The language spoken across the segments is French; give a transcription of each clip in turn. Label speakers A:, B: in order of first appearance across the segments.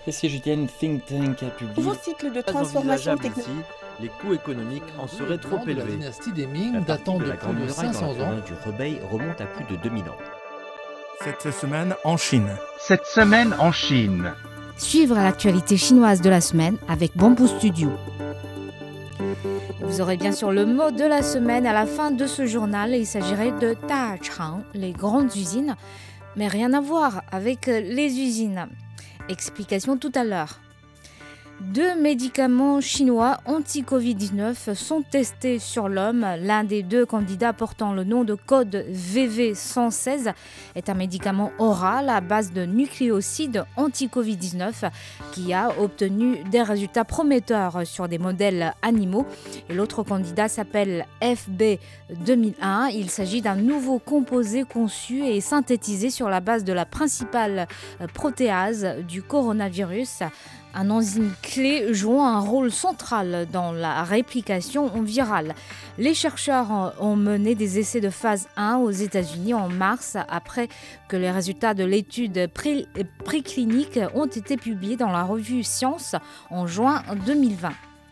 A: Et si Julienne Think Tank a publié
B: Nouveau cycle de
C: Pas
B: transformation
C: envisageable
B: technologique.
C: ici, les coûts économiques en seraient trop
D: La
C: élevés.
D: dynastie des Ming
E: La
D: datant
E: partie
D: de
E: la
D: plus
E: Grande
D: de
E: Muraille dans
D: 500
E: la
D: ans.
E: province du Hebei remonte à plus de 2000 ans.
F: Cette semaine en Chine.
G: Cette semaine en Chine.
H: Suivre l'actualité chinoise de la semaine avec Bamboo Studio. Vous aurez bien sûr le mot de la semaine à la fin de ce journal. Il s'agirait de Dachang, les grandes usines, mais rien à voir avec les usines. Explication tout à l'heure. 2 médicaments chinois anti-Covid-19 sont testés sur l'homme. L'un des 2 candidats portant le nom de code VV116 est un médicament oral à base de nucléosides anti-Covid-19 qui a obtenu des résultats prometteurs sur des modèles animaux. Et l'autre candidat s'appelle FB2001. Il s'agit d'un nouveau composé conçu et synthétisé sur la base de la principale protéase du coronavirus. Un enzyme clé jouant un rôle central dans la réplication virale. Les chercheurs ont mené des essais de phase 1 aux États-Unis en mars, après que les résultats de l'étude préclinique ont été publiés dans la revue Science en juin 2020.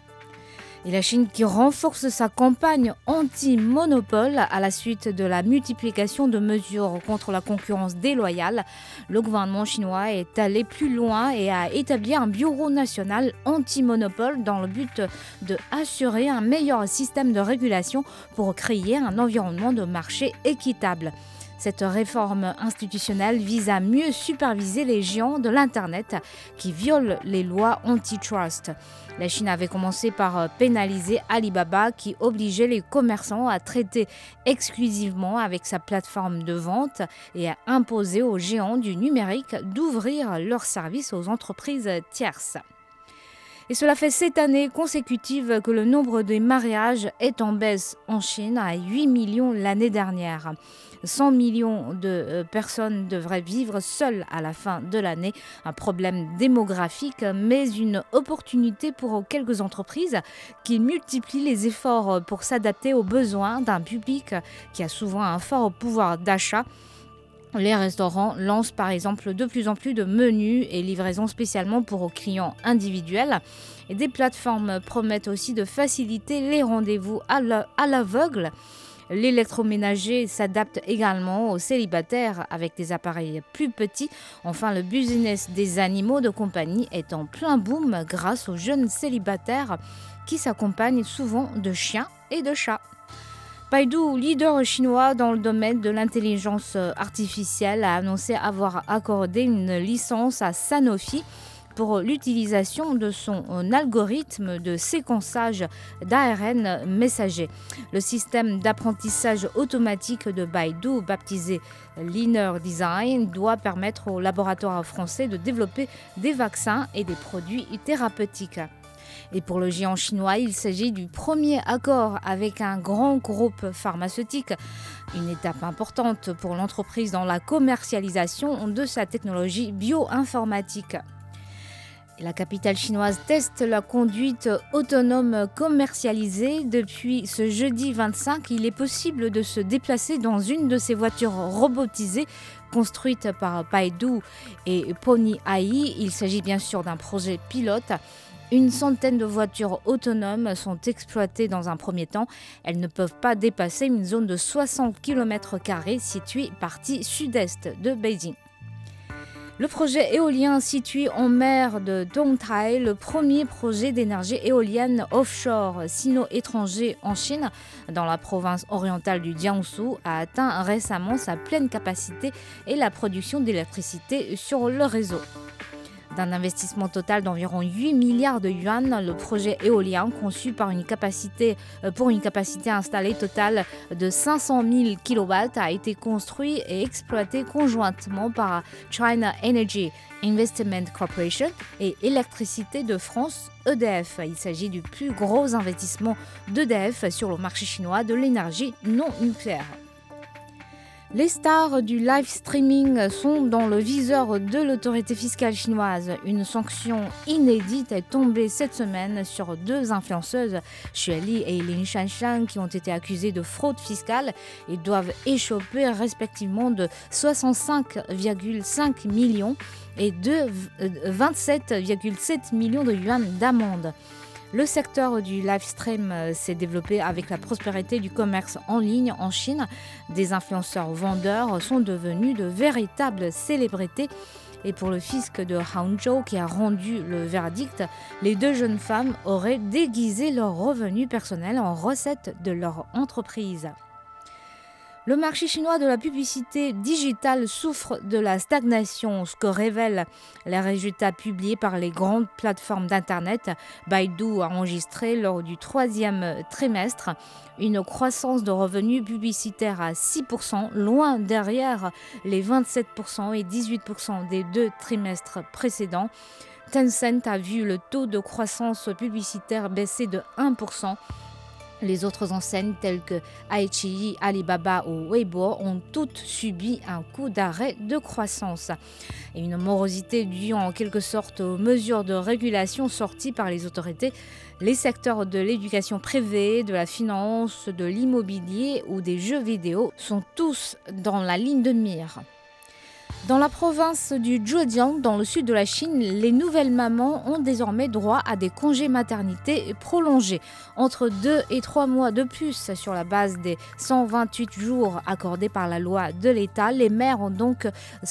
H: Et la Chine qui renforce sa campagne anti-monopole à la suite de la multiplication de mesures contre la concurrence déloyale. Le gouvernement chinois est allé plus loin et a établi un bureau national anti-monopole dans le but de assurer un meilleur système de régulation pour créer un environnement de marché équitable. Cette réforme institutionnelle vise à mieux superviser les géants de l'Internet qui violent les lois antitrust. La Chine avait commencé par pénaliser Alibaba qui obligeait les commerçants à traiter exclusivement avec sa plateforme de vente et à imposer aux géants du numérique d'ouvrir leurs services aux entreprises tierces. Et cela fait 7 années consécutives que le nombre des mariages est en baisse en Chine à 8 millions l'année dernière. 100 millions de personnes devraient vivre seules à la fin de l'année. Un problème démographique, mais une opportunité pour quelques entreprises qui multiplient les efforts pour s'adapter aux besoins d'un public qui a souvent un fort pouvoir d'achat. Les restaurants lancent par exemple de plus en plus de menus et livraisons spécialement pour aux clients individuels. Et des plateformes promettent aussi de faciliter les rendez-vous à l'aveugle. L'électroménager s'adapte également aux célibataires avec des appareils plus petits. Enfin, le business des animaux de compagnie est en plein boom grâce aux jeunes célibataires qui s'accompagnent souvent de chiens et de chats. Baidu, leader chinois dans le domaine de l'intelligence artificielle, a annoncé avoir accordé une licence à Sanofi pour l'utilisation de son algorithme de séquençage d'ARN messager. Le système d'apprentissage automatique de Baidu, baptisé Linear Design, doit permettre aux laboratoires français de développer des vaccins et des produits thérapeutiques. Et pour le géant chinois, il s'agit du premier accord avec un grand groupe pharmaceutique, une étape importante pour l'entreprise dans la commercialisation de sa technologie bioinformatique. La capitale chinoise teste la conduite autonome commercialisée. Depuis ce jeudi 25, il est possible de se déplacer dans une de ces voitures robotisées construites par Baidu et Pony AI. Il s'agit bien sûr d'un projet pilote. Une centaine de voitures autonomes sont exploitées dans un premier temps. Elles ne peuvent pas dépasser une zone de 60 km² située partie sud-est de Beijing. Le projet éolien situé en mer de Dongtai, le premier projet d'énergie éolienne offshore sino-étranger en Chine, dans la province orientale du Jiangsu, a atteint récemment sa pleine capacité et la production d'électricité sur le réseau. D'un investissement total d'environ 8 milliards de yuan, le projet éolien conçu pour une capacité installée totale de 500 000 kW a été construit et exploité conjointement par China Energy Investment Corporation et Électricité de France EDF. Il s'agit du plus gros investissement d'EDF sur le marché chinois de l'énergie non nucléaire. Les stars du live streaming sont dans le viseur de l'autorité fiscale chinoise. Une sanction inédite est tombée cette semaine sur 2 influenceuses, Xue Li et Lin Shanshan, qui ont été accusées de fraude fiscale et doivent échoper respectivement de 65,5 millions et de 27,7 millions de yuan d'amende. Le secteur du live stream s'est développé avec la prospérité du commerce en ligne en Chine. Des influenceurs vendeurs sont devenus de véritables célébrités. Et pour le fisc de Hangzhou qui a rendu le verdict, les 2 jeunes femmes auraient déguisé leurs revenus personnels en recettes de leur entreprise. Le marché chinois de la publicité digitale souffre de la stagnation, ce que révèlent les résultats publiés par les grandes plateformes d'Internet. Baidu a enregistré lors du 3e trimestre une croissance de revenus publicitaires à 6%, loin derrière les 27% et 18% des 2 trimestres précédents. Tencent a vu le taux de croissance publicitaire baisser de 1%. Les autres enseignes telles que iQIYI, Alibaba ou Weibo ont toutes subi un coup d'arrêt de croissance. Et une morosité due en quelque sorte aux mesures de régulation sorties par les autorités. Les secteurs de l'éducation privée, de la finance, de l'immobilier ou des jeux vidéo sont tous dans la ligne de mire. Dans la province du Zhejiang, dans le sud de la Chine, les nouvelles mamans ont désormais droit à des congés maternité prolongés, entre 2 et 3 mois de plus. Sur la base des 128 jours accordés par la loi de l'État, les mères ont donc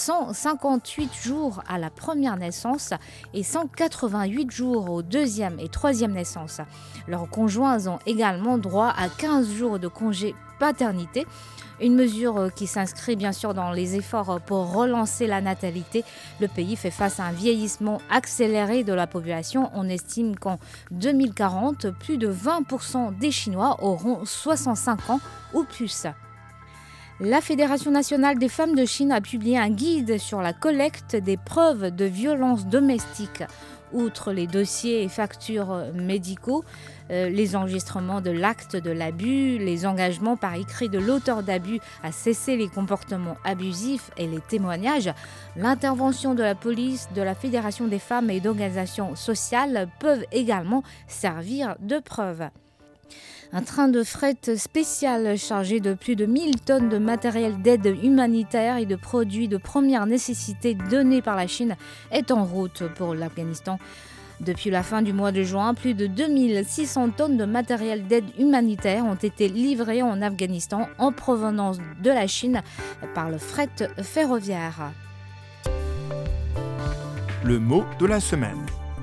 H: 158 jours à la première naissance et 188 jours aux 2e et 3e naissances. Leurs conjoints ont également droit à 15 jours de congé paternité. Une mesure qui s'inscrit bien sûr dans les efforts pour relancer la natalité. Le pays fait face à un vieillissement accéléré de la population. On estime qu'en 2040, plus de 20% des Chinois auront 65 ans ou plus. La Fédération nationale des femmes de Chine a publié un guide sur la collecte des preuves de violences domestiques. Outre les dossiers et factures médicaux, les enregistrements de l'acte de l'abus, les engagements par écrit de l'auteur d'abus à cesser les comportements abusifs et les témoignages, l'intervention de la police, de la Fédération des femmes et d'organisations sociales peuvent également servir de preuve. Un train de fret spécial chargé de plus de 1000 tonnes de matériel d'aide humanitaire et de produits de première nécessité donnés par la Chine est en route pour l'Afghanistan. Depuis la fin du mois de juin, plus de 2600 tonnes de matériel d'aide humanitaire ont été livrées en Afghanistan en provenance de la Chine par le fret ferroviaire.
F: Le mot de la semaine.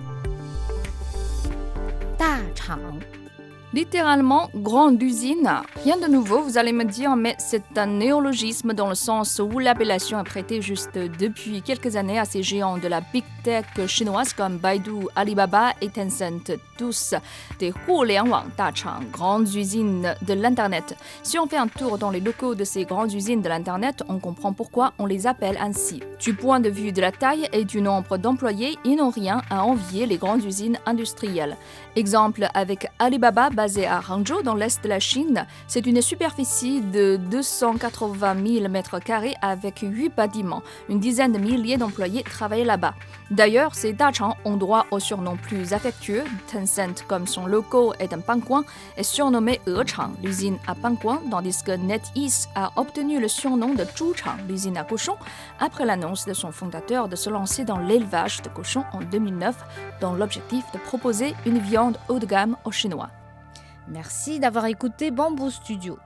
H: 大厂
B: Littéralement, grande usine. Rien de nouveau, vous allez me dire, mais c'est un néologisme dans le sens où l'appellation est prêtée juste depuis quelques années à ces géants de la big tech chinoise comme Baidu, Alibaba et Tencent, tous des 互联网大厂, grandes usines de l'Internet. Si on fait un tour dans les locaux de ces grandes usines de l'Internet, on comprend pourquoi on les appelle ainsi. Du point de vue de la taille et du nombre d'employés, ils n'ont rien à envier les grandes usines industrielles. Exemple avec Alibaba, basé à Hangzhou dans l'est de la Chine, c'est une superficie de 280 000 m² avec 8 bâtiments. Une dizaine de milliers d'employés travaillent là-bas. D'ailleurs, ces dachans ont droit au surnom plus affectueux. Tencent, comme son logo est un pain-coin, est surnommé Echang, l'usine à pain-coin, tandis que NetEase a obtenu le surnom de Zhuchang, l'usine à cochons, après l'annonce de son fondateur de se lancer dans l'élevage de cochons en 2009, dans l'objectif de proposer une viande haut de gamme aux Chinois.
H: Merci d'avoir écouté Bamboo Studio.